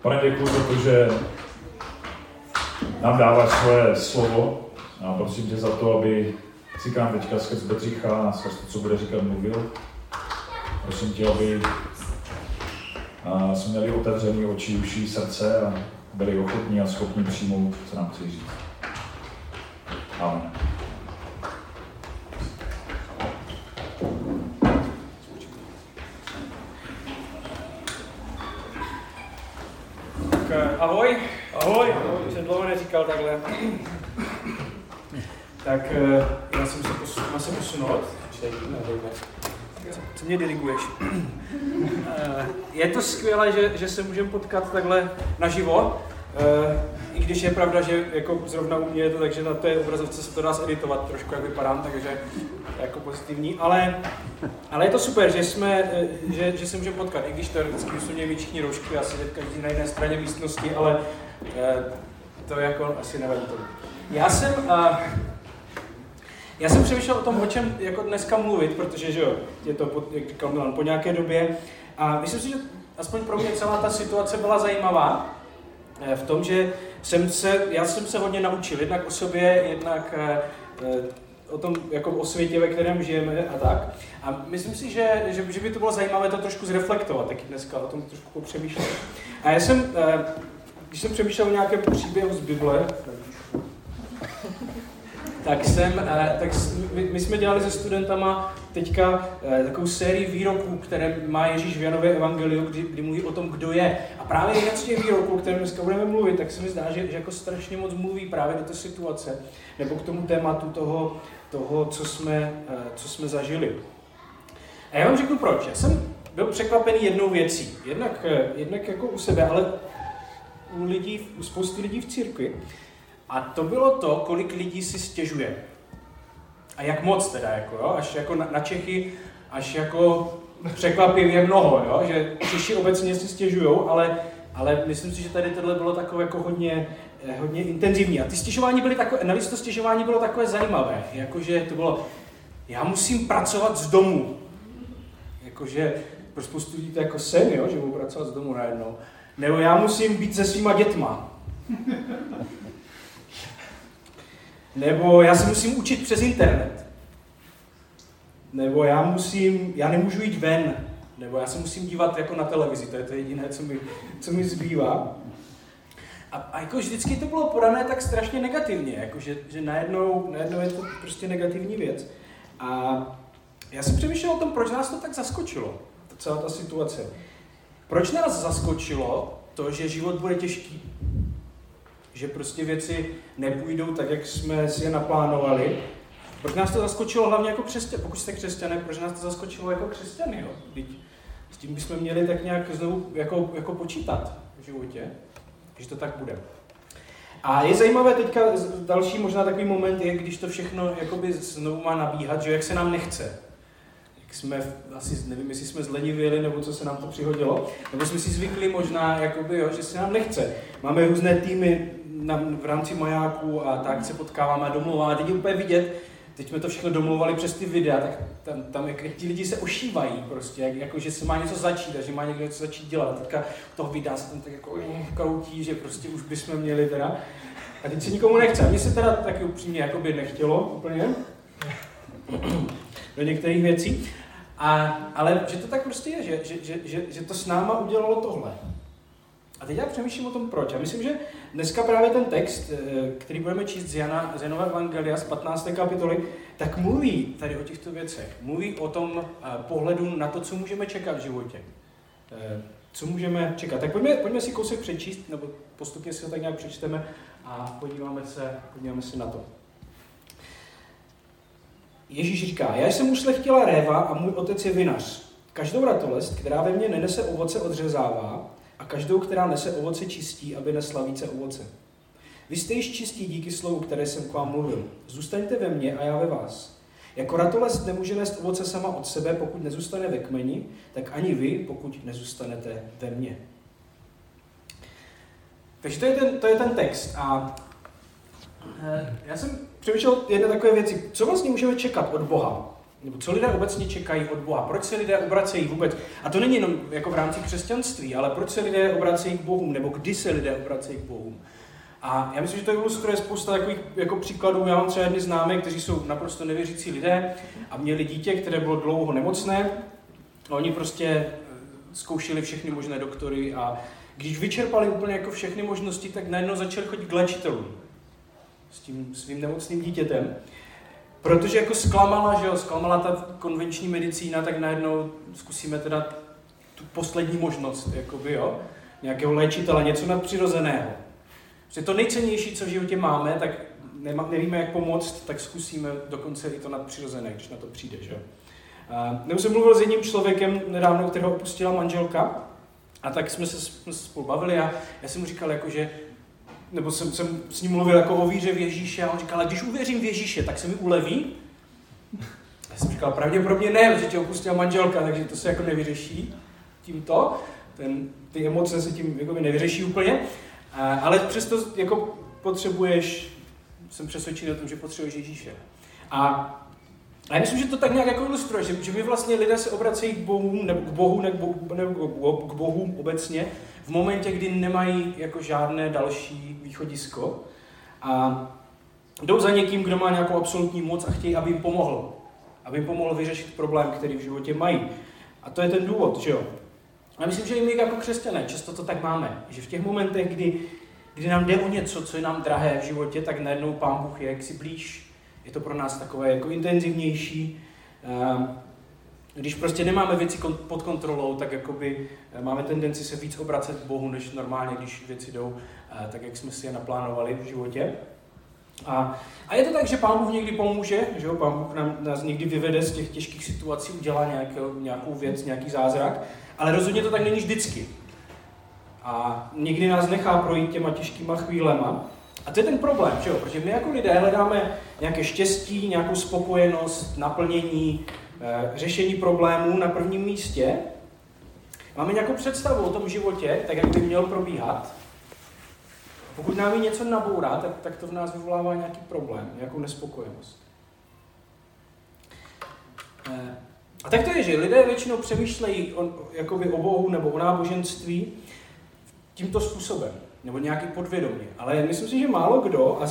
Pane, děkuji za to, že nám dáváš svoje slovo. A prosím tě za to, aby si k nám teďka skrz Bedřicha a skrz to, co bude říkat, mluvil. Prosím tě, aby jsme měli otevřené oči, uši, srdce a byli ochotní a schopni přijmout, co nám chci říct. Amen. Ahoj. Už jsem dlouho neříkal takhle. Tak já jsem se posunout. Co mě diriguješ? Je to skvělé, že se můžeme potkat takhle naživo. I když je pravda, že jako zrovna u mě je to tak, že na té obrazovce se to dá editovat trošku, jak vypadám, takže jako pozitivní. Ale je to super, že se můžeme potkat, i když teoreticky jsou měli všichni roušky, asi každý na jedné straně místnosti, ale to jako asi nevadí to. Já jsem přemýšlel o tom, o čem jako dneska mluvit, protože že jo, je to, jak říkal Milan, po nějaké době. A myslím si, že aspoň pro mě celá ta situace byla zajímavá v tom, že já jsem se hodně naučil, jednak o sobě, jednak o tom, jako o světě, ve kterém žijeme a tak. A myslím si, že by to bylo zajímavé to trošku zreflektovat, taky dneska o tom trošku popřemýšlet. A když jsem přemýšlel o nějakém příběhu z Bible, my jsme dělali se studentama teďka takovou sérii výroků, které má Ježíš v Janově evangeliu, kdy mluví o tom, kdo je. A právě jeden z těch výroků, o kterém dneska budeme mluvit, tak se mi zdá, že jako strašně moc mluví právě do té situace, nebo k tomu tématu toho co jsme zažili. A já vám řeknu proč. Já jsem byl překvapený jednou věcí. Jednak jako u sebe, ale u spousty lidí v církvi. A to bylo to, kolik lidí si stěžuje. A jak moc teda, jako, jo? Až jako na Čechy, až jako překvapivě mnoho, jo? Že Češi obecně si stěžujou, ale myslím si, že tady tohle bylo takové jako hodně intenzivní. A ty stěžování byly takové, navíc to stěžování bylo takové zajímavé, jakože to bylo, já musím pracovat z domu. Jakože pro spoustu lidí to jako sen, jo? Že budu pracovat z domu najednou. Nebo já musím být se svýma dětma. Nebo já se musím učit přes internet. Nebo já nemůžu jít ven. Nebo já se musím dívat jako na televizi. To je to jediné, co mi zbývá. A jako vždycky to bylo podané tak strašně negativně. Jako že najednou je to prostě negativní věc. A já jsem přemýšlel o tom, proč nás to tak zaskočilo. Celá ta situace. Proč nás zaskočilo to, že život bude těžký? Že prostě věci nepůjdou tak, jak jsme si je naplánovali. Proč nás to zaskočilo hlavně jako křesťané? Pokud jste křesťané, proč nás to zaskočilo jako křesťany? Jo? S tím bychom měli tak nějak znovu jako počítat v životě, že to tak bude. A je zajímavé teďka, další možná takový moment je, když to všechno jakoby znovu má nabíhat, že jak se nám nechce. Asi nevím, jestli jsme zlenivěli, nebo co se nám to přihodilo, nebo jsme si zvykli možná, jakoby, jo, že se nám nechce. Máme různé týmy v rámci majáku a tak se potkáváme a domluváme. Teď je úplně vidět, teď jsme to všechno domluvali přes ty videa, tak tam jak ti lidi se ošívají prostě, jako že se má něco začít a že má někdo něco začít dělat. A teďka toho videa se tam tak jako kroutí, že prostě už bychom měli teda. A teď se nikomu nechce. A mně se teda taky upřímně jakoby nechtělo úplně do některých věcí. Ale že to tak prostě je, že to s náma udělalo tohle. A teď já přemýšlím o tom proč. Já myslím, že dneska právě ten text, který budeme číst z Janova evangelia z 15. kapitoly, tak mluví tady o těchto věcech. Mluví o tom pohledu na to, co můžeme čekat v životě. Co můžeme čekat. Tak pojďme si kousek přečíst, nebo postupně si ho tak nějak přečteme a podíváme se na to. Ježíš říká, já jsem ušlechtila réva a můj otec je vinař. Každou ratolest, která ve mně nenese ovoce, odřezává a každou, která nese ovoce, čistí, aby nesla více ovoce. Vy jste již čistí díky slovu, které jsem k vám mluvil. Zůstaňte ve mně a já ve vás. Jako ratolest nemůže nést ovoce sama od sebe, pokud nezůstane ve kmeni, tak ani vy, pokud nezůstanete ve mně. Takže to je ten text. A já jsem přemýšlel jedné takové věci. Co vlastně můžeme čekat od Boha? Nebo co lidé obecně čekají od Boha? Proč se lidé obracejí vůbec? A to není jenom jako v rámci křesťanství, ale proč se lidé obracejí k Bohu? Nebo kdy se lidé obracejí k Bohu? A já myslím, že to ilustruje spousta takových jako příkladů. Já mám třeba jedny známé, kteří jsou naprosto nevěřící lidé a měli dítě, které bylo dlouho nemocné. A oni prostě zkoušeli všechny možné doktory a když vyčerpali úplně jako všechny možnosti, tak najednou začali chodit k léčitelům s tím svým nemocným dítětem. Protože jako zklamala ta konvenční medicína, tak najednou zkusíme teda tu poslední možnost, jakoby, jo, nějakého léčitele, něco nadpřirozeného. Protože to nejcennější, co v životě máme, tak nevíme, jak pomoct, tak zkusíme dokonce i to nadpřirozené, když na to přijde, že jo. Nebo jsem mluvil s jedním člověkem nedávno, kterého opustila manželka, a tak jsme se spolu bavili a já jsem mu říkal, jako, že nebo jsem s ním mluvil jako o víře v Ježíše a on říkal, ale když uvěřím v Ježíše, tak se mi uleví? Já jsem říkal, pravděpodobně ne, protože tě opustila manželka, takže to se jako nevyřeší tímto. Ty emoce se tím jako nevyřeší úplně, ale přesto jako jsem přesvědčený o tom, že potřebuješ Ježíše. A já myslím, že to tak nějak jako ilustruje, že my vlastně lidé se obracejí k Bohu nebo k Bohu obecně v momentě, kdy nemají jako žádné další východisko a jdou za někým, kdo má nějakou absolutní moc a chtějí, aby jim pomohl vyřešit problém, který v životě mají. A to je ten důvod, že jo. A myslím, že i my jako křesťané často to tak máme, že v těch momentech, kdy nám jde o něco, co je nám drahé v životě, tak najednou Pán Bůh je jaksi blíž. Je to pro nás takové jako intenzivnější. Když prostě nemáme věci pod kontrolou, tak jakoby máme tendenci se víc obracet k Bohu, než normálně, když věci jdou tak, jak jsme si je naplánovali v životě. A je to tak, že Pán Bůh někdy pomůže, že jo? Pán Bůh nás někdy vyvede z těch těžkých situací, udělá nějakou věc, nějaký zázrak, ale rozhodně to tak není vždycky. A někdy nás nechá projít těma těžkýma chvílema. A to je ten problém, že jo? Protože my jako lidé hledáme nějaké štěstí, nějakou spokojenost, naplnění, řešení problémů na prvním místě. Máme nějakou představu o tom životě, tak jak by měl probíhat. Pokud nám je něco nabourá, tak to v nás vyvolává nějaký problém, nějakou nespokojenost. A tak to je, že lidé většinou přemýšlejí o Bohu nebo o náboženství tímto způsobem, nebo nějaký podvědomě. Ale myslím si, že málo kdo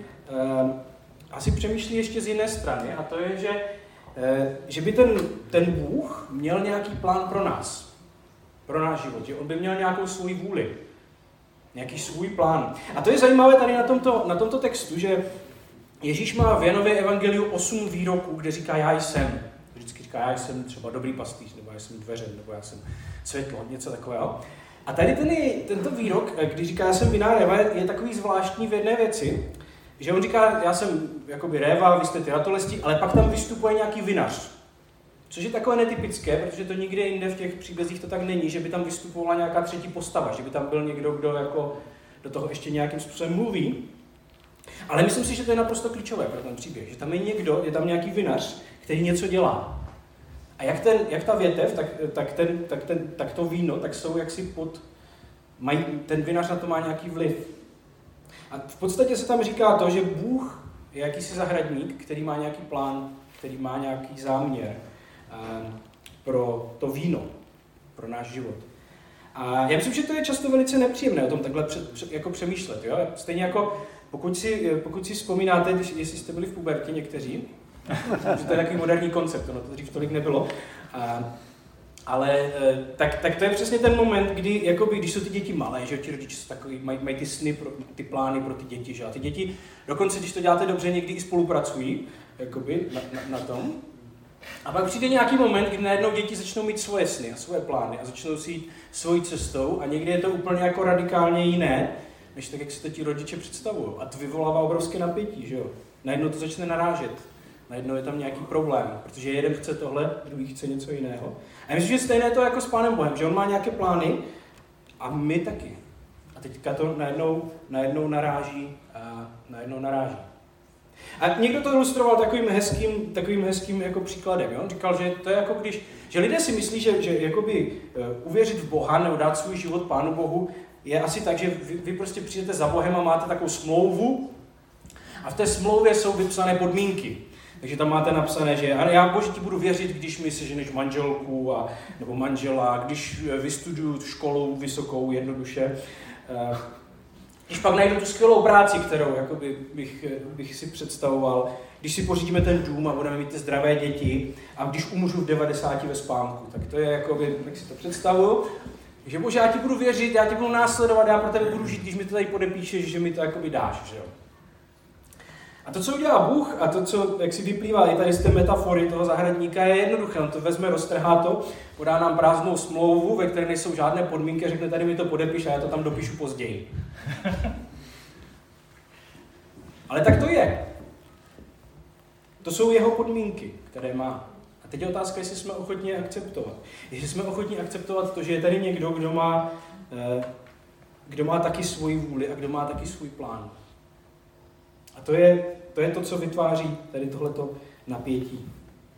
asi přemýšlí ještě z jiné strany, a to je, že by ten Bůh měl nějaký plán pro nás, pro náš život, že on by měl nějakou svou vůli, nějaký svůj plán. A to je zajímavé tady na tomto textu, že Ježíš má v Janově evangeliu 8 výroků, kde říká já jsem. Vždycky říká já jsem třeba dobrý pastýř, nebo já jsem dveře, nebo já jsem světlo, něco takového. A tady tento výrok, když říká já jsem vinář réva, je takový zvláštní v jedné věci, že on říká já jsem jakoby réva, vy jste ty ratolesti, ale pak tam vystupuje nějaký vinař. Což je takové netypické, protože to nikde jinde v těch příbězích to tak není, že by tam vystupovala nějaká třetí postava, že by tam byl někdo, kdo jako do toho ještě nějakým způsobem mluví. Ale myslím si, že to je naprosto klíčové pro ten příběh, že tam je někdo, je tam nějaký vinař, který něco dělá. A jak ta větev, tak to víno, tak jsou jaksi ten vinař na to má nějaký vliv. A v podstatě se tam říká to, že Bůh je jakýsi zahradník, který má nějaký plán, který má nějaký záměr pro to víno, pro náš život. A já myslím, že to je často velice nepříjemné o tom takhle jako přemýšlet. Jo? Stejně jako pokud si vzpomínáte, jestli jste byli v pubertě někteří, že to je takový moderní koncept, ono to dřív tolik nebylo. Ale tak to je přesně ten moment, kdy jakoby, když jsou ty děti malé, že ti rodiče jsou takový, mají ty sny, ty plány pro ty děti, že? A ty děti, dokonce když to děláte dobře, někdy i spolupracují jakoby, na tom. A pak přijde nějaký moment, kdy najednou děti začnou mít svoje sny a svoje plány a začnou si jít svojí cestou a někdy je to úplně jako radikálně jiné, než tak, jak si to ti rodiče představují. A to vyvolává obrovské napětí, že jo? Najednou to začne narážet. Najednou je tam nějaký problém, protože jeden chce tohle, druhý chce něco jiného. A myslím, že stejné je to jako s Pánem Bohem, že on má nějaké plány a my taky. A teďka to najednou naráží. A někdo to ilustroval takovým hezkým jako příkladem. Jo? On říkal, že to je jako že lidé si myslí, že jakoby uvěřit v Boha nebo dát svůj život Pánu Bohu je asi tak, že vy prostě přijdete za Bohem a máte takovou smlouvu a v té smlouvě jsou vypsané podmínky. Takže tam máte napsané, že já Bože ti budu věřit, když mi seženeš manželku nebo manžela, když vystuduju školu vysokou jednoduše, když pak najdu tu skvělou práci, kterou jakoby bych si představoval, když si pořídíme ten dům a budeme mít ty zdravé děti a když umřu v 90 ve spánku, tak to je jakoby, jak si to představuju. Že Bože, já ti budu věřit, já ti budu následovat, já pro tebe budu žít, když mi to tady podepíšeš, že mi to jakoby dáš, že jo. A to, co udělá Bůh a to, co, jak si vyplývá i tady z té metafory toho zahradníka, je jednoduché. On to vezme, roztrhá to, podá nám prázdnou smlouvu, ve které nejsou žádné podmínky, a řekne, tady mi to podepiš a já to tam dopíšu později. Ale tak to je. To jsou jeho podmínky, které má. A teď je otázka, jestli jsme ochotni akceptovat. Jestli jsme ochotni akceptovat to, že je tady někdo, kdo má taky svoji vůli a kdo má taky svůj plán. A to je to, co vytváří tady tohleto napětí.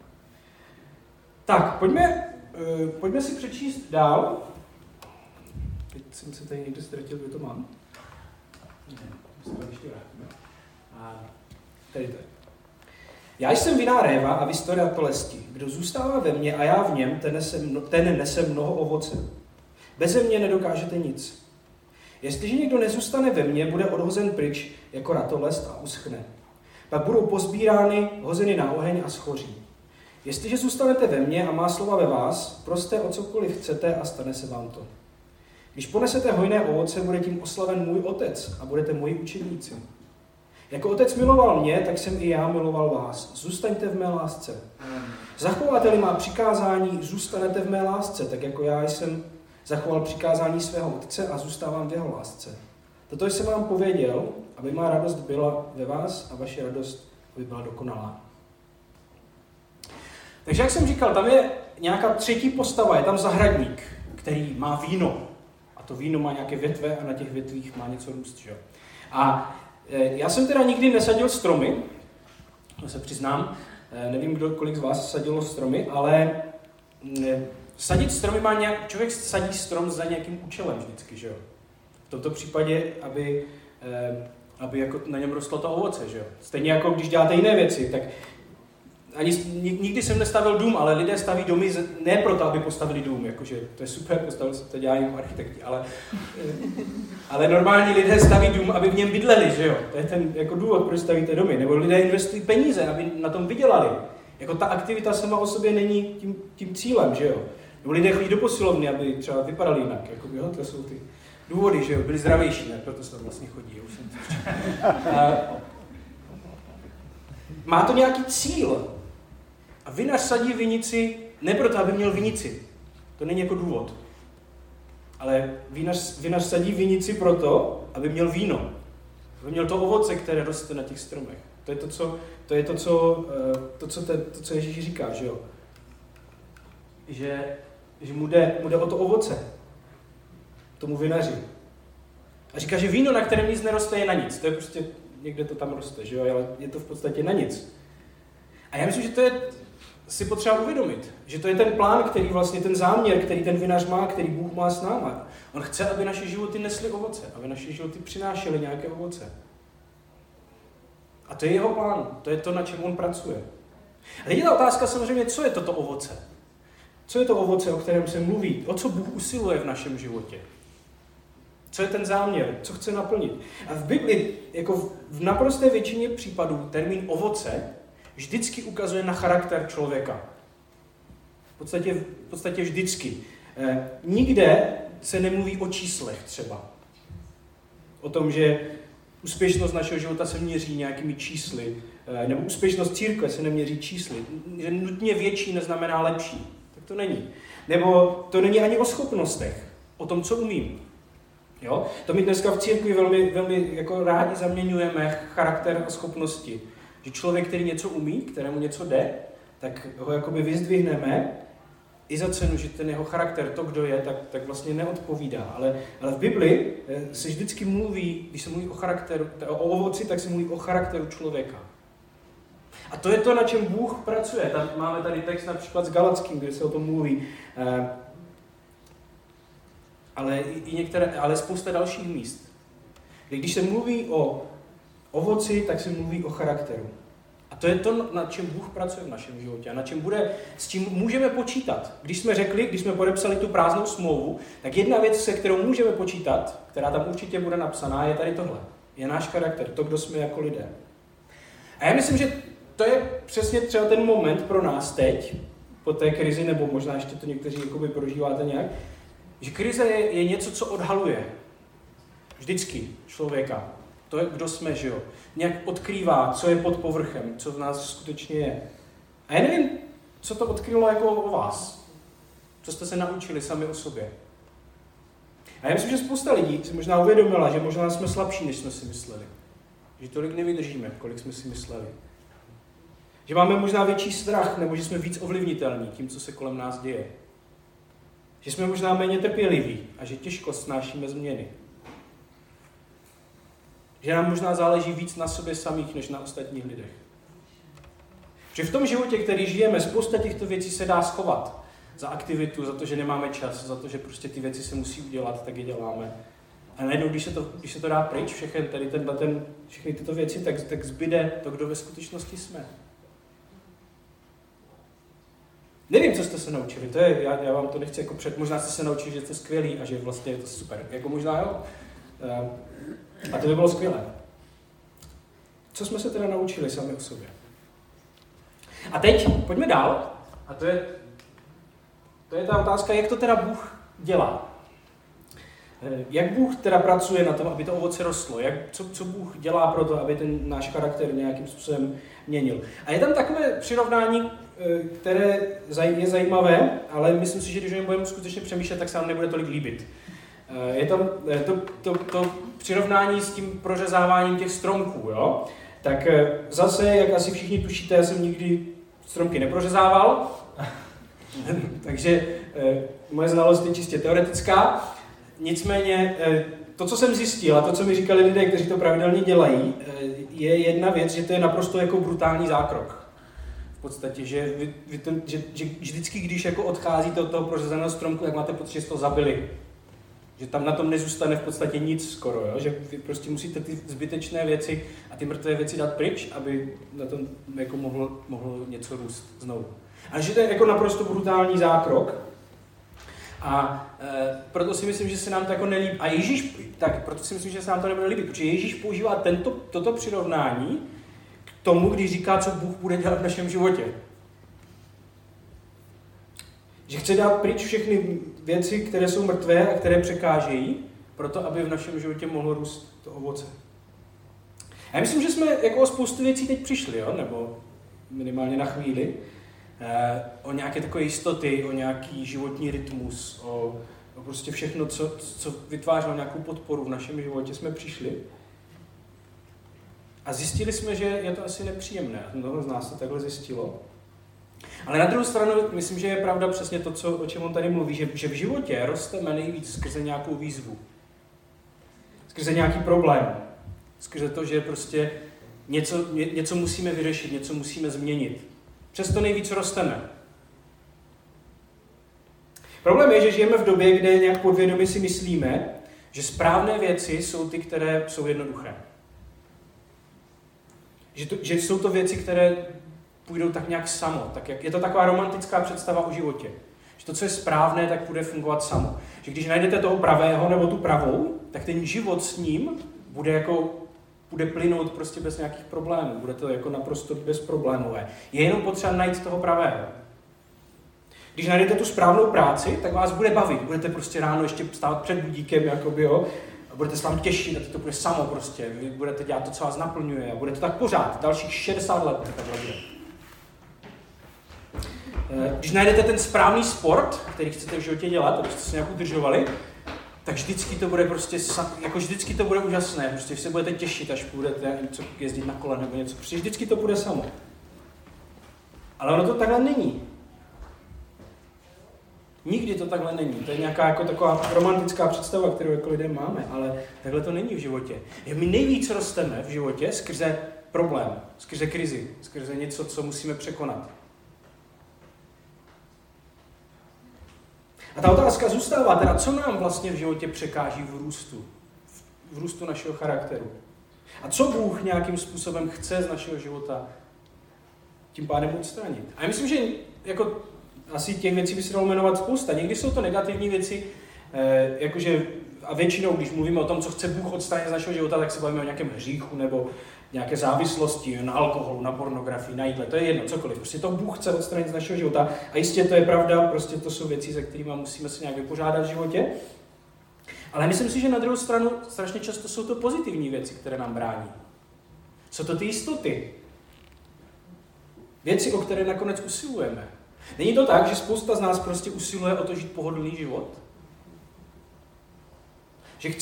Tak, pojďme si přečíst dál. Teď jsem se tady někde ztratil, kde to mám. Ne, se to ještě vrátíme. Tady to je. Já jsem vinná réva a vy storatolesti. Kdo zůstává ve mně a já v něm, ten nese mnoho ovoce. Beze mě nedokážete nic. Jestliže někdo nezůstane ve mně, bude odhozen pryč jako ratolest a uschne. Pak budou pozbírány, hozeny na oheň a schoří. Jestliže zůstanete ve mně a má slova ve vás, proste o cokoliv chcete a stane se vám to. Když ponesete hojné ovoce, bude tím oslaven můj otec a budete moji učeníci. Jako otec miloval mě, tak jsem i já miloval vás. Zůstaňte v mé lásce. Zachováte-li má přikázání, zůstanete v mé lásce, tak jako já jsem zachoval přikázání svého otce a zůstávám v jeho lásce. Toto jsem vám pověděl, aby má radost byla ve vás a vaše radost aby byla dokonalá. Takže jak jsem říkal, tam je nějaká třetí postava, je tam zahradník, který má víno. A to víno má nějaké větve a na těch větvích má něco růst. Že? A já jsem teda nikdy nesadil stromy, to se přiznám, nevím, kolik z vás sadilo stromy, ale sadit stromy má člověk sadí strom za nějakým účelem vždycky, že jo. V tomto případě, aby jako na něm rostlo to ovoce, že jo. Stejně jako když děláte jiné věci, tak nikdy jsem nestavil dům, ale lidé staví domy ne proto, aby postavili dům, jakože to je super, to dělají architekti, ale normální lidé staví dům, aby v něm bydleli, že jo. To je ten jako důvod, proč stavíte domy. Nebo lidé investují peníze, aby na tom vydělali. Jako ta aktivita sama o sobě není tím cílem, že jo. Nebo lidé chodí do posilovny, aby třeba vypadali jinak, jako jo, to jsou ty důvody, že jo, byli zdravější, ne, proto se tam vlastně chodí. Už jsem má to nějaký cíl. A vinař sadí vinici ne proto, aby měl vinici. To není jako důvod. Ale vinař sadí vinici proto, aby měl víno. Aby měl to ovoce, které roste na těch stromech. To je to, co Ježíš říká, že jo? Že mu jde o to ovoce. Tomu vinaři. A říká, že víno, na kterém nic neroste, je na nic. To je prostě, někde to tam roste, že jo? Ale je to v podstatě na nic. A já myslím, že to je si potřeba uvědomit. Že to je ten plán, který vlastně, ten záměr, který ten vinař má, který Bůh má s náma. On chce, aby naše životy nesly ovoce. Aby naše životy přinášely nějaké ovoce. A to je jeho plán. To je to, na čem on pracuje. A teď je ta otázka samozřejmě, co je toto ovoce? Co je to ovoce, o kterém se mluví? O co Bůh usiluje v našem životě? Co je ten záměr? Co chce naplnit? A v Bibli, jako v naprosté většině případů, termín ovoce vždycky ukazuje na charakter člověka. V podstatě vždycky. Nikde se nemluví o číslech třeba. O tom, že úspěšnost našeho života se měří nějakými čísly, nebo úspěšnost církve se neměří čísly. Že nutně větší neznamená lepší. Tak to není. Nebo to není ani o schopnostech, o tom, co umím. Jo? To my dneska v církvi velmi, velmi jako rádi zaměňujeme charakter a schopnosti. Že člověk, který něco umí, kterému něco jde, tak ho jakoby vyzdvihneme i za cenu, že ten jeho charakter, to, kdo je, tak vlastně neodpovídá. Ale v Bibli se vždycky mluví, když se mluví o charakteru, o ovoci, tak se mluví o charakteru člověka. A to je to, na čem Bůh pracuje. Máme tady text například s Galackým, kde se o tom mluví. Ale spousta dalších míst. Když se mluví o ovoci, tak se mluví o charakteru. A to je to, nad čím Bůh pracuje v našem životě a s čím můžeme počítat. Když jsme podepsali tu prázdnou smlouvu, tak jedna věc, se kterou můžeme počítat, která tam určitě bude napsaná, je tady tohle. Je náš charakter, to, kdo jsme jako lidé. A já myslím, že to je přesně třeba ten moment pro nás teď, po té krizi, nebo možná ještě to někteří jakoby prožíváte nějak, že krize je něco, co odhaluje vždycky člověka. To je, kdo jsme, že jo. Nějak odkrývá, co je pod povrchem, co v nás skutečně je. A já nevím, co to odkrylo jako o vás. Co jste se naučili sami o sobě. A já myslím, že spousta lidí si možná uvědomila, že možná jsme slabší, než jsme si mysleli. Že tolik nevydržíme, kolik jsme si mysleli. Že máme možná větší strach, nebo že jsme víc ovlivnitelní tím, co se kolem nás děje. Že jsme možná méně trpěliví a že těžko snášíme změny. Že nám možná záleží víc na sobě samých, než na ostatních lidech. Že v tom životě, který žijeme, spousta těchto věcí se dá schovat. Za aktivitu, za to, že nemáme čas, za to, že prostě ty věci se musí udělat, tak je děláme. A najednou, když se to dá pryč, všechny tyto věci, tak zbyde to, kdo ve skutečnosti jsme. Nevím, co jste se naučili, já vám to nechci jako možná jste se naučili, že jste skvělí a že vlastně je to super. Jako možná jo. A to by bylo skvělé. Co jsme se teda naučili sami o sobě? A teď pojďme dál. A to je ta otázka, jak to teda Bůh dělá. Jak Bůh teda pracuje na tom, aby to ovoce rostlo? Co Bůh dělá pro to, aby ten náš charakter nějakým způsobem měnil? A je tam takové přirovnání, které je zajímavé, ale myslím si, že když o něm budeme skutečně přemýšlet, tak se nám nebude tolik líbit. Je tam to přirovnání s tím prořezáváním těch stromků, jo? Tak zase, jak asi všichni tušíte, já jsem nikdy stromky neprořezával, takže moje znalost je čistě teoretická. Nicméně to, co jsem zjistil a to, co mi říkali lidé, kteří to pravidelně dělají, je jedna věc, že to je naprosto jako brutální zákrok. V podstatě, že vždycky, když jako odcházíte od toho prořezaného stromku, tak máte pocit, že jste to zabili. Že tam na tom nezůstane v podstatě nic skoro, jo? Že vy prostě musíte ty zbytečné věci a ty mrtvé věci dát pryč, aby na tom jako mohlo něco růst znovu. A že to je jako naprosto brutální zákrok. A proto si myslím, že se nám to jako nelíbí. A proto si myslím, že se nám to nebude líbit, protože Ježíš používá toto přirovnání k tomu, když říká, co Bůh bude dělat v našem životě. Že chce dát pryč všechny věci, které jsou mrtvé a které překážejí, proto aby v našem životě mohlo růst to ovoce. A já myslím, že jsme jako o spoustu věcí teď přišli, jo? Nebo minimálně na chvíli, o nějaké takové jistoty, o nějaký životní rytmus, o prostě všechno, co vytvářelo nějakou podporu v našem životě, jsme přišli. A zjistili jsme, že je to asi nepříjemné. Mnoho z nás to takhle zjistilo. Ale na druhou stranu, myslím, že je pravda přesně to, o čem on tady mluví, že v životě rosteme nejvíc skrze nějakou výzvu. Skrze nějaký problém. Skrze to, že prostě něco musíme vyřešit, něco musíme změnit. Přesto nejvíc rosteme. Problém je, že žijeme v době, kde nějak podvědomě si myslíme, že správné věci jsou ty, které jsou jednoduché. Že jsou to věci, které půjdou tak nějak samo. Je to taková romantická představa o životě. Že to, co je správné, tak bude fungovat samo. Že když najdete toho pravého nebo tu pravou, tak ten život s ním bude plynout prostě bez nějakých problémů. Bude to jako naprosto bezproblémové. Je jenom potřeba najít toho pravého. Když najdete tu správnou práci, tak vás bude bavit. Budete prostě ráno ještě stávat před budíkem, jakoby, jo, a budete se vám těšit a to bude samo prostě. Vy budete dělat to, co vás naplňuje a bude to tak pořád. Dalších 60 let to takhle bude. Když najdete ten správný sport, který chcete v životě dělat, abyste se nějak udržovali, tak vždycky to bude prostě, jako vždycky to bude úžasné, prostě se budete těšit, až budete něco jezdit na kole nebo něco, prostě vždycky to bude samo. Ale ono to takhle není. Nikdy to takhle není. To je nějaká jako taková romantická představa, kterou jako lidé máme, ale takhle to není v životě. My nejvíc rosteme v životě skrze problém, skrze krizi, skrze něco, co musíme překonat. A ta otázka zůstává teda, co nám vlastně v životě překáží v růstu našeho charakteru. A co Bůh nějakým způsobem chce z našeho života tím pádem odstranit. A já myslím, že jako asi těch věcí by se dalo jmenovat spousta. Někdy jsou to negativní věci, jakože, a většinou, když mluvíme o tom, co chce Bůh odstranit z našeho života, tak se bavíme o nějakém hříchu nebo nějaké závislosti na alkoholu, na pornografii, na jídle, to je jedno, cokoliv. Prostě to Bůh chce odstranit z našeho života a jistě to je pravda, prostě to jsou věci, se kterými musíme se nějak vypořádat v životě. Ale myslím si, že na druhou stranu strašně často jsou to pozitivní věci, které nám brání. Jsou to ty jistoty. Věci, o které nakonec usilujeme. Není to tak, že spousta z nás prostě usiluje o to žít pohodlný život? Že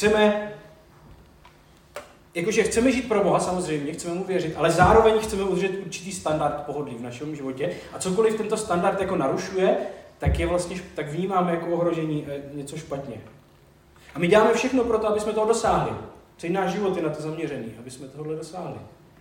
chceme žít pro Boha samozřejmě, chceme mu věřit, ale zároveň chceme udržet určitý standard pohodlí v našem životě a cokoliv tento standard jako narušuje, tak vnímáme jako ohrožení něco špatně. A my děláme všechno pro to, aby jsme toho dosáhli. Celý náš život je na to zaměřený, aby jsme tohle dosáhli.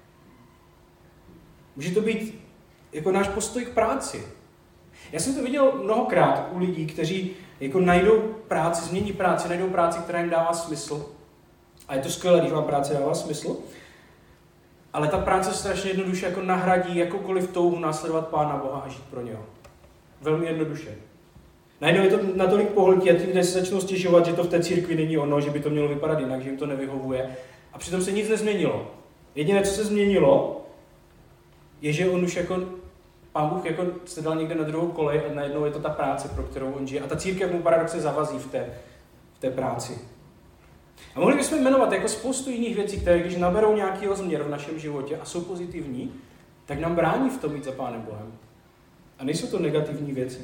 Může to být jako náš postoj k práci. Já jsem to viděl mnohokrát u lidí, kteří jako najdou práci, změní práci, najdou práci, která jim dává smysl. A je to skvělé, když vám práce dává smysl. Ale ta práce strašně jednoduše jako nahradí jakoukoliv touhu následovat Pána Boha a žít pro něho. Velmi jednoduše. Najednou je to natolik pohltí a ty lidé se začnou stěžovat, že to v té církvi není ono, že by to mělo vypadat jinak, že jim to nevyhovuje. A přitom se nic nezměnilo. Jediné, co se změnilo, je, že on už jako Pán Bůh jako se dal někde na druhou kolej a najednou je to ta práce, pro kterou on žije. A ta církev mu paradoxně zavazí v té práci. A mohli bychom jmenovat jako spoustu jiných věcí, které když naberou nějaký rozměr v našem životě a jsou pozitivní, tak nám brání v tom jít za Pánem Bohem. A nejsou to negativní věci.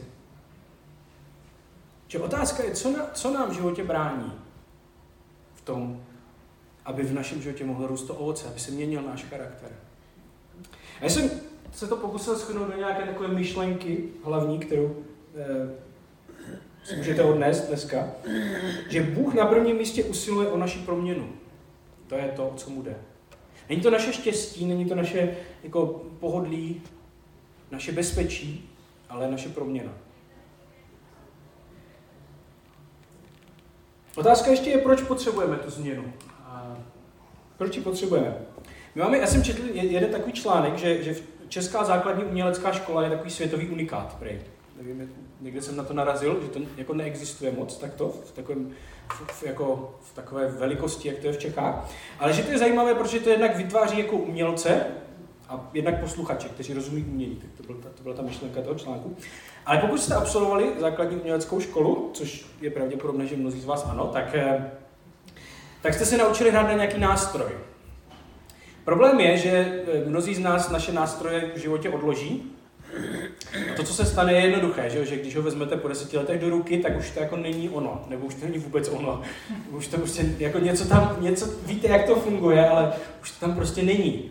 Že otázka je, co nám v životě brání v tom, aby v našem životě mohlo růst to ovoce, aby se měnil náš charakter. A já jsem se to pokusil shrnout do nějaké takové myšlenky hlavní, kterou si můžete odnést dneska, že Bůh na prvním místě usiluje o naši proměnu. To je to, o co mu jde. Není to naše štěstí, není to naše jako pohodlí, naše bezpečí, ale naše proměna. Otázka ještě je, proč potřebujeme tu změnu. Proč ji potřebujeme? Já jsem četl jeden takový článek, že Česká základní umělecká škola je takový světový unikát. Prej. Nevím, někde jsem na to narazil, že to jako neexistuje moc takto, v takové velikosti, jak to je v Čechách. Ale že to je zajímavé, protože to jednak vytváří jako umělce a jednak posluchače, kteří rozumí umění. Tak to byla ta myšlenka toho článku. Ale pokud jste absolvovali základní uměleckou školu, což je pravděpodobné, že mnozí z vás ano, tak jste se naučili hrát na nějaký nástroj. Problém je, že mnozí z nás naše nástroje v životě odloží. A to, co se stane, je jednoduché, že když ho vezmete po 10 letech do ruky, tak už to jako není ono, nebo už to není vůbec ono. Už jako něco víte, jak to funguje, ale už to tam prostě není.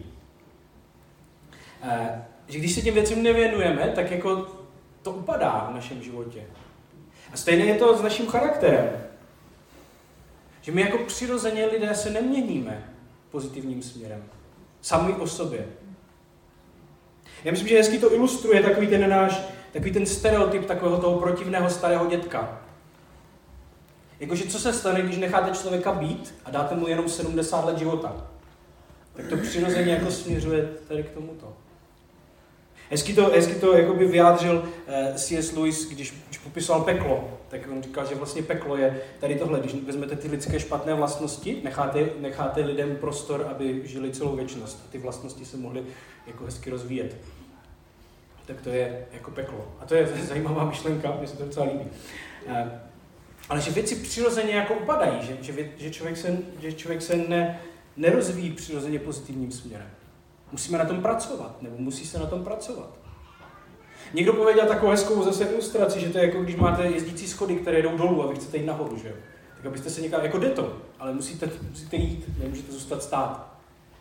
Že když se těm věcem nevěnujeme, tak jako to upadá v našem životě. A stejně je to s naším charakterem. Že my jako přirozeně lidé se neměníme pozitivním směrem. Sami o sobě. Já myslím, že hezky to ilustruje takový ten stereotyp takového toho protivného starého dětka. Jakože co se stane, když necháte člověka být a dáte mu jenom 70 let života. Tak to přirozeně jako směřuje tady k tomuto. Hezky to jakoby vyjádřil C.S. Lewis, když popisoval peklo, tak on říkal, že vlastně peklo je tady tohle, když vezmete ty lidské špatné vlastnosti, necháte lidem prostor, aby žili celou věčnost. Ty vlastnosti se mohly jako hezky rozvíjet. Tak to je jako peklo. A to je zajímavá myšlenka, mně se to docela líbí. Ale že věci přirozeně jako upadají, že člověk se nerozvíjí přirozeně pozitivním směrem. Musíme na tom pracovat, nebo musí se na tom pracovat. Někdo pověděl takovou hezkou zase ilustraci, že to je jako když máte jezdící schody, které jdou dolů a vy chcete jít nahoru, že jo? Tak abyste se někam, jako jde to, ale musíte jít, nemůžete zůstat stát.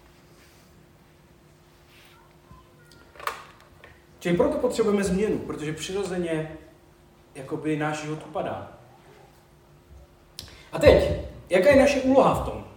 Čili proto potřebujeme změnu, protože přirozeně jakoby náš život upadá. A teď, jaká je naše úloha v tom?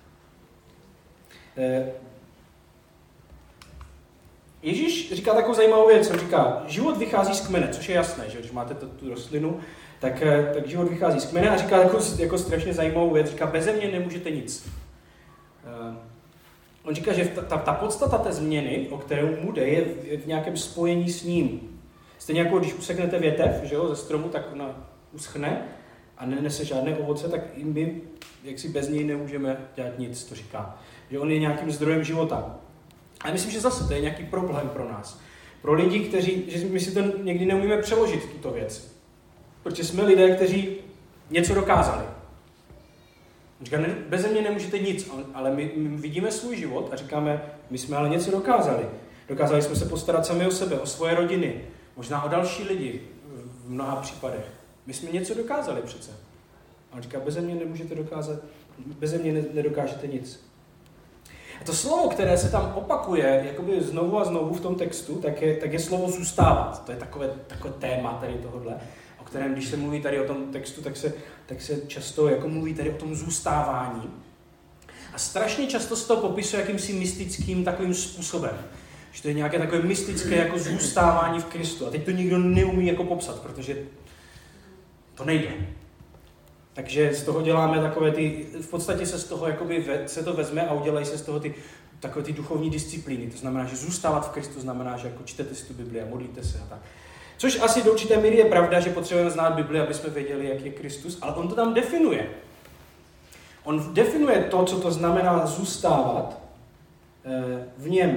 Ježíš říká takovou zajímavou věc, on říká, život vychází z kmene, což je jasné, že když máte tu rostlinu, tak život vychází z kmene a říká jako strašně zajímavou věc, říká, beze mě nemůžete nic. On říká, že ta podstata té změny, o kterou mu jde, je v nějakém spojení s ním. Stejně jako když useknete větev, že jo, ze stromu, tak ona uschne a nenese žádné ovoce, tak i my jaksi bez něj nemůžeme dělat nic, to říká. Že on je nějakým zdrojem života. A myslím, že zase to je nějaký problém pro nás. Pro lidi, že my si to někdy neumíme přeložit, tuto věc. Protože jsme lidé, kteří něco dokázali. Říká, beze mě nemůžete nic, ale my vidíme svůj život a říkáme, my jsme ale něco dokázali. Dokázali jsme se postarat sami o sebe, o svoje rodiny, možná o další lidi v mnoha případech. My jsme něco dokázali přece. A on říká, beze mě nemůžete dokázat, beze mě nedokážete nic. A to slovo, které se tam opakuje jakoby znovu a znovu v tom textu, tak je slovo zůstávat. To je takové téma tady tohodle, o kterém, když se mluví tady o tom textu, tak se často jako mluví tady o tom zůstávání. A strašně často se to popisuje jakýmsi mystickým takovým způsobem. Že to je nějaké takové mystické jako zůstávání v Kristu. A teď to nikdo neumí jako popsat, protože to nejde. Takže z toho děláme takové v podstatě se z toho jakoby se to vezme a udělají se z toho takové ty duchovní disciplíny. To znamená, že zůstávat v Kristu znamená, že jako čtete si tu Bibli a modlíte se a tak. Což asi do určité míry je pravda, že potřebujeme znát Bibli, aby jsme věděli, jak je Kristus, ale on to tam definuje. On definuje to, co to znamená zůstávat v něm.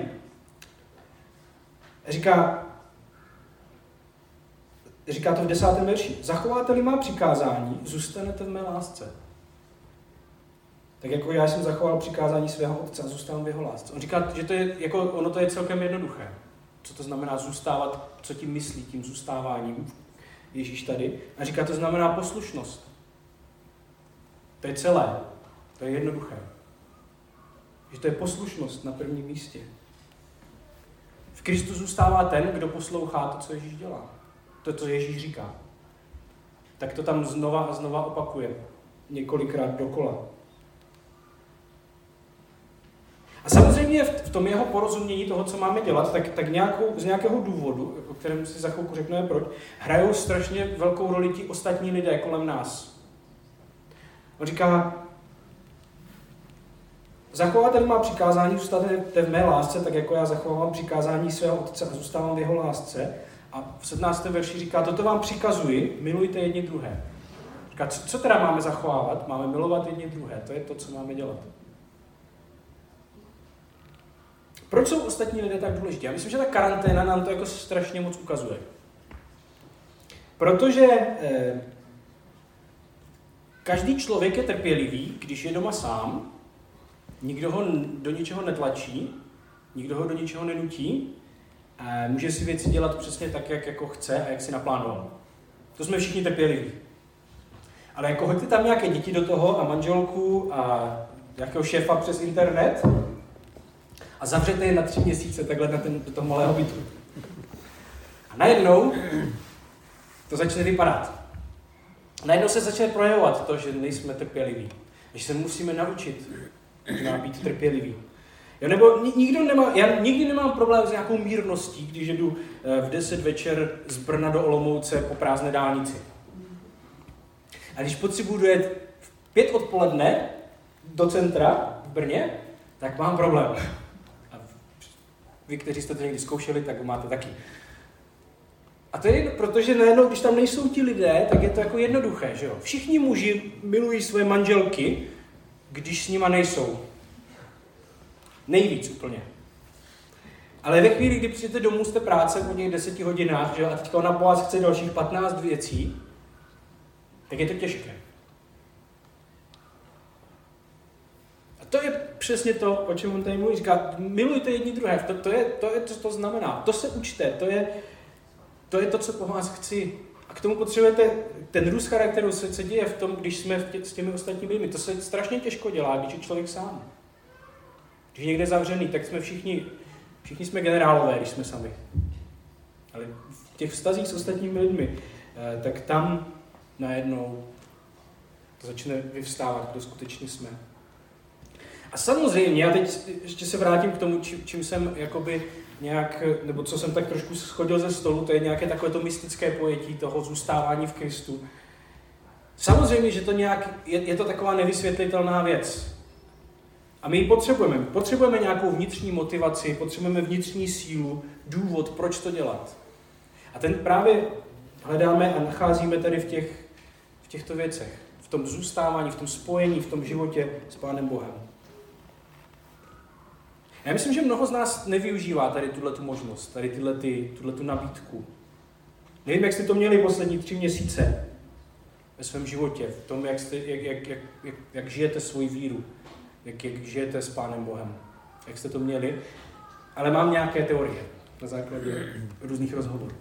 Říká to v 10. verši. Zachováte-li má přikázání, zůstanete v mé lásce. Tak jako já jsem zachoval přikázání svého otce a zůstávám v jeho lásce. On říká, že to je, jako, ono to je celkem jednoduché. Co to znamená zůstávat, co tím myslí, tím zůstáváním Ježíš tady. A říká, to znamená poslušnost. To je celé. To je jednoduché. Že to je poslušnost na prvním místě. V Kristu zůstává ten, kdo poslouchá to, co Ježíš dělá. To, co Ježíš říká. Tak to tam znova a znova opakuje. Několikrát dokola. A samozřejmě v tom jeho porozumění toho, co máme dělat, tak z nějakého důvodu, o kterém si za chvilku řekneme proč, hrajou strašně velkou roli ti ostatní lidé kolem nás. On říká, zachováte má přikázání, zůstanete v mé lásce, tak jako já zachovávám přikázání svého otce a zůstávám v jeho lásce. A v 17. verši říká, toto vám přikazuji, milujte jedni druhé. Říká, co teda máme zachovávat? Máme milovat jedni druhé, to je to, co máme dělat. Proč jsou ostatní lidé tak důležití? Já myslím, že ta karanténa nám to jako strašně moc ukazuje. Protože každý člověk je trpělivý, když je doma sám, nikdo ho do ničeho netlačí, nikdo ho do ničeho nenutí, a může si věci dělat přesně tak, jak jako chce a jak si naplánoval. To jsme všichni trpěliví. Ale jako hoďte tam nějaké děti do toho a manželku a nějakého šéfa přes internet a zavřete je na 3 měsíce takhle do toho malého bytu. A najednou to začne vypadat. Najednou se začne projevovat to, že nejsme trpěliví. Že se musíme naučit být trpěliví. Já nikdy nemám problém s nějakou mírností, když jdu v 10 večer z Brna do Olomouce po prázdné dálnici. A když potřebuji dojet v 5 odpoledne do centra v Brně, tak mám problém. A vy, kteří jste to někdy zkoušeli, tak máte taky. A to je protože najednou, když tam nejsou ti lidé, tak je to jako jednoduché, že jo? Všichni muži milují své manželky, když s nima nejsou. Nejvíc úplně. Ale ve chvíli, kdy přijdete domů z té práce po těch 10 hodinách, že, a teďka ona po vás chce dalších 15 věcí, tak je to těžké. A to je přesně to, o čem on tady mluví. Říká, milujte jedni druhé. To je, co to znamená. To se učte. To je to, co po vás chci. A k tomu potřebujete ten růst charakteru, se děje v tom, když jsme s těmi ostatními lidmi. To se strašně těžko dělá, když je člověk sám. Když je někde zavřený, tak jsme všichni jsme generálové, když jsme sami. Ale v těch vztazích s ostatními lidmi, tak tam najednou to začne vyvstávat, kdo skutečně jsme. A samozřejmě, já teď ještě se vrátím k tomu, čím jsem jakoby nějak, nebo co jsem tak trošku schodil ze stolu, to je nějaké takové to mystické pojetí toho zůstávání v Kristu. Samozřejmě, že to nějak, je to taková nevysvětlitelná věc. A my ji potřebujeme. Potřebujeme nějakou vnitřní motivaci, potřebujeme vnitřní sílu, důvod, proč to dělat. A ten právě hledáme a nacházíme tady v těchto věcech. V tom zůstávání, v tom spojení, v tom životě s Pánem Bohem. Já myslím, že mnoho z nás nevyužívá tady tuhletu možnost, tady tuhletu nabídku. Nevím, jak jste to měli poslední 3 měsíce ve svém životě, v tom, jak žijete svoji víru, jak žijete s Pánem Bohem, jak jste to měli, ale mám nějaké teorie na základě různých rozhovorů.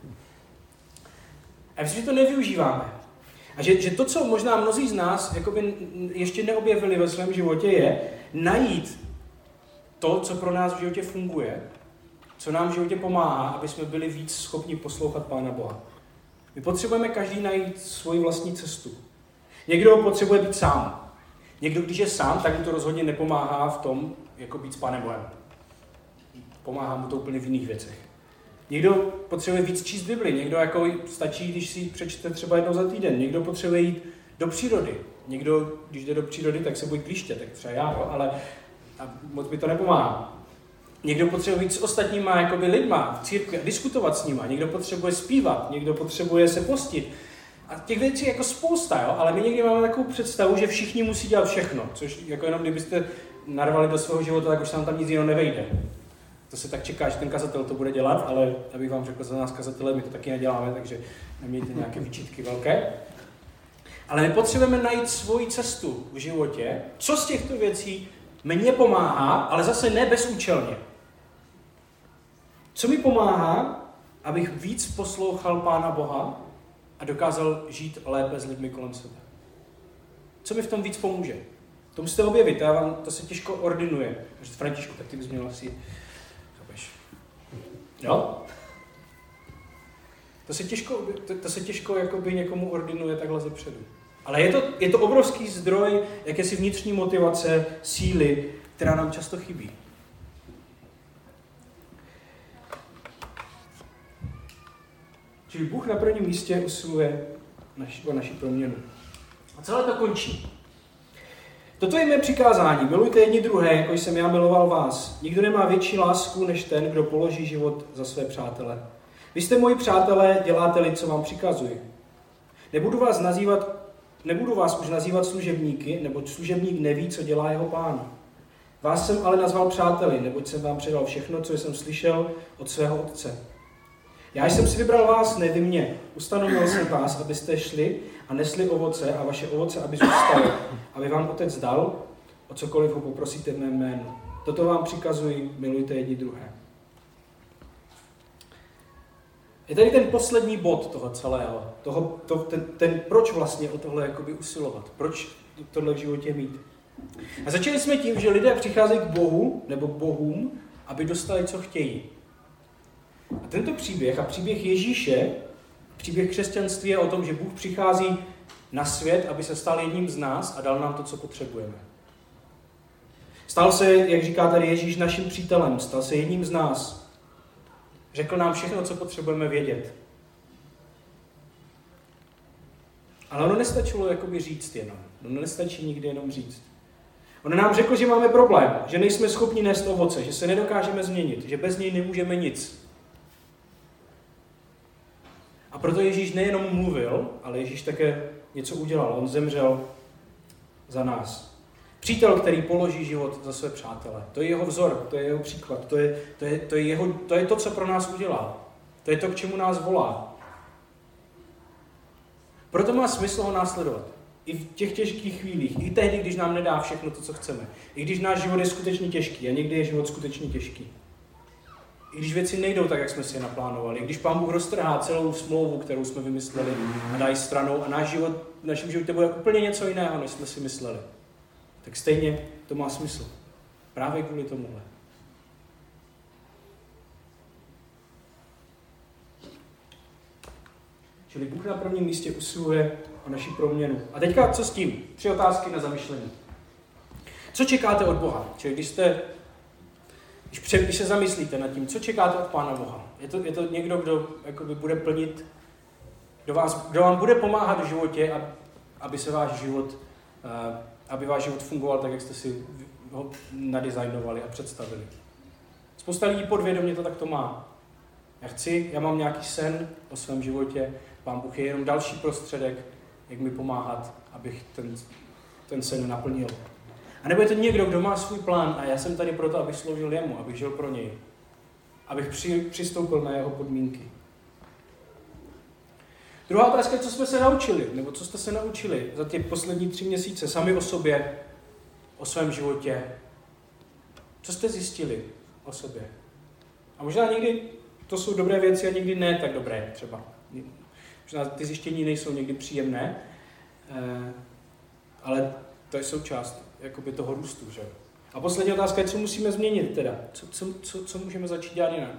A myslím, že to nevyužíváme. A že to, co možná mnozí z nás jakoby ještě neobjevili ve svém životě, je najít to, co pro nás v životě funguje, co nám v životě pomáhá, aby jsme byli víc schopni poslouchat Pána Boha. My potřebujeme každý najít svoji vlastní cestu. Někdo potřebuje být sám. Někdo, když je sám, tak mu to rozhodně nepomáhá v tom, jako být s Pánem Bohem. Pomáhá mu to úplně v jiných věcech. Někdo potřebuje víc číst Bibli, někdo jako stačí, když si ji přečte třeba jednou za týden. Někdo potřebuje jít do přírody. Někdo, když jde do přírody, tak se bojí klíště, tak třeba já, ale moc mi to nepomáhá. Někdo potřebuje být s ostatníma jakoby lidma v církvi a diskutovat s nima. Někdo potřebuje zpívat, někdo potřebuje se postit. A těch věcí je jako spousta, jo? Ale my někdy máme takovou představu, že všichni musí dělat všechno, což jako jenom kdybyste narvali do svého života, tak už se nám tam nic jiného nevejde. To se tak čeká, že ten kazatel to bude dělat, ale abych vám řekl za nás kazatele, my to taky neděláme, takže nemějte nějaké výčitky velké. Ale my potřebujeme najít svoji cestu v životě, co z těchto věcí mně pomáhá, ale zase ne bezúčelně. Co mi pomáhá, abych víc poslouchal Pána Boha a dokázal žít lépe s lidmi kolem sebe? Co mi v tom víc pomůže? To musíte objevit, to se těžko ordinuje. Františku, tak ty bys měl asi... Jo? To se těžko jakoby někomu ordinuje takhle zepředu. Ale je to obrovský zdroj jakési vnitřní motivace, síly, která nám často chybí. Čili Bůh na prvním místě usiluje o naši proměnu. A celé to končí. Toto je mé přikázání. Milujte jedni druhé, jako jsem já miloval vás. Nikdo nemá větší lásku, než ten, kdo položí život za své přátele. Vy jste moji přátelé, děláte-li, co vám přikazuji. Nebudu vás už nazývat služebníky, neboť služebník neví, co dělá jeho pán. Vás jsem ale nazval přáteli, neboť jsem vám předal všechno, co jsem slyšel od svého otce. Já jsem si vybral vás, ne vy mě. Ustanovil jsem vás, abyste šli a nesli ovoce a vaše ovoce, aby zůstalo, aby vám otec dal, o cokoliv ho poprosíte v mém jménu. Toto vám přikazuji, milujte jedni druhé. Je tady ten poslední bod toho celého, ten proč vlastně o tohle jakoby usilovat, proč tohle v životě mít. A začali jsme tím, že lidé přicházejí k Bohu nebo k bohům, aby dostali, co chtějí. A tento příběh a příběh Ježíše, příběh křesťanství je o tom, že Bůh přichází na svět, aby se stal jedním z nás a dal nám to, co potřebujeme. Stal se, jak říká tady Ježíš, naším přítelem, stal se jedním z nás. Řekl nám všechno, co potřebujeme vědět. Ale ono nestačilo jakoby říct jenom. Ono nestačí nikdy jenom říct. On nám řekl, že máme problém, že nejsme schopni nést ovoce, že se nedokážeme změnit, že bez něj nemůžeme nic. A proto Ježíš nejenom mluvil, ale Ježíš také něco udělal. On zemřel za nás. Přítel, který položí život za své přátele. To je jeho vzor, to je jeho příklad, to je to, co pro nás udělal. To je to, k čemu nás volá. Proto má smysl ho následovat. I v těch těžkých chvílích, i tehdy, když nám nedá všechno to, co chceme. I když náš život je skutečně těžký a někdy je život skutečně těžký. I když věci nejdou tak, jak jsme si je naplánovali. I když Pán Bůh roztrhá celou smlouvu, kterou jsme vymysleli a dají stranou a v našem životě bude úplně něco jiného, než jsme si mysleli. Tak stejně to má smysl. Právě kvůli tomuhle. Čili Bůh na prvním místě usiluje o naši proměnu. A teďka co s tím? 3 otázky na zamyšlení. Co čekáte od Boha? Čili když se zamyslíte nad tím, co čekáte od Pána Boha? Je to někdo, kdo jakoby bude plnit, kdo vám bude pomáhat v životě, aby váš život fungoval tak, jak jste si ho nadizajnovali a představili. Spousta lidí podvědomě to takto má. Já mám nějaký sen o svém životě, Pán Bůh je jenom další prostředek, jak mi pomáhat, abych ten sen naplnil. A nebo je to někdo, kdo má svůj plán a já jsem tady proto, abych sloužil jemu, abych žil pro něj. Abych přistoupil na jeho podmínky. Druhá otázka je, co jsme se naučili, nebo co jste se naučili za ty poslední 3 měsíce sami o sobě, o svém životě. Co jste zjistili o sobě? A možná někdy to jsou dobré věci a někdy ne tak dobré třeba. Možná ty zjištění nejsou někdy příjemné, ale to je součást jakoby toho růstu. Že? A poslední otázka je, co musíme změnit teda? Co můžeme začít dělat jinak?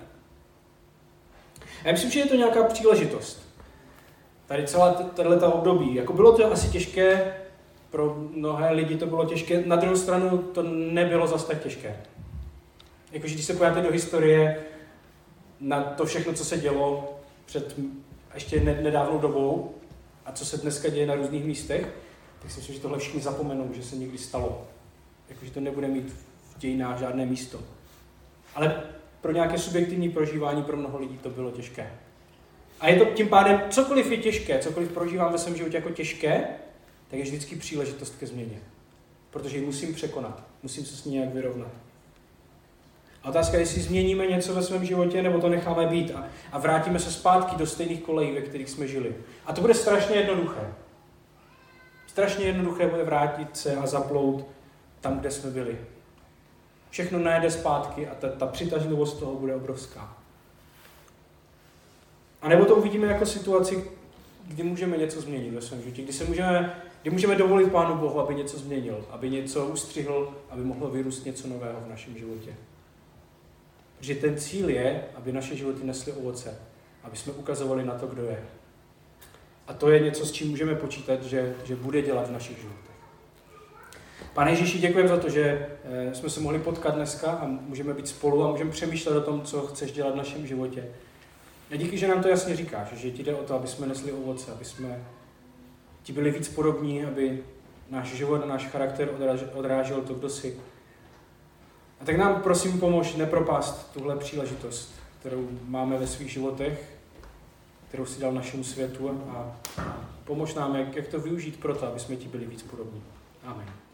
A já myslím, že je to nějaká příležitost. Tady celá tato období. Jako bylo to asi těžké, pro mnohé lidi to bylo těžké, na druhou stranu to nebylo zas tak těžké. Jakože když se podíváte do historie, na to všechno, co se dělo před ještě nedávnou dobou a co se dneska děje na různých místech, tak si myslím, že tohle všichni zapomenou, že se někdy stalo. Jakože to nebude mít v dějinách žádné místo. Ale pro nějaké subjektivní prožívání pro mnoho lidí to bylo těžké. A je to tím pádem, cokoliv je těžké, cokoliv prožívám ve svém životě jako těžké, tak je vždycky příležitost ke změně. Protože ji musím překonat, musím se s ní nějak vyrovnat. A otázka je, jestli změníme něco ve svém životě, nebo to necháme být a vrátíme se zpátky do stejných kolejí, ve kterých jsme žili. A to bude strašně jednoduché. Strašně jednoduché bude vrátit se a zaplout tam, kde jsme byli. Všechno najde zpátky a ta přitažlivost toho bude obrovská. A nebo to uvidíme jako situaci, kdy můžeme něco změnit ve svém životě, kdy můžeme dovolit Pánu Bohu, aby něco změnil, aby něco ustřihl, aby mohlo vyrůst něco nového v našem životě. Protože ten cíl je, aby naše životy nesly ovoce, aby jsme ukazovali na to, kdo je. A to je něco, s čím můžeme počítat, že bude dělat v našich životech. Pane Ježíši, děkujeme za to, že jsme se mohli potkat dneska a můžeme být spolu a můžeme přemýšlet o tom, co chceš dělat v našem životě. A díky, že nám to jasně říkáš, že ti jde o to, aby jsme nesli ovoce, aby jsme ti byli víc podobní, aby náš život a náš charakter odrážel to, kdo jsi. A tak nám prosím pomož nepropást tuhle příležitost, kterou máme ve svých životech, kterou si dal našemu světu a pomož nám, jak to využít proto, aby jsme ti byli víc podobní. Amen.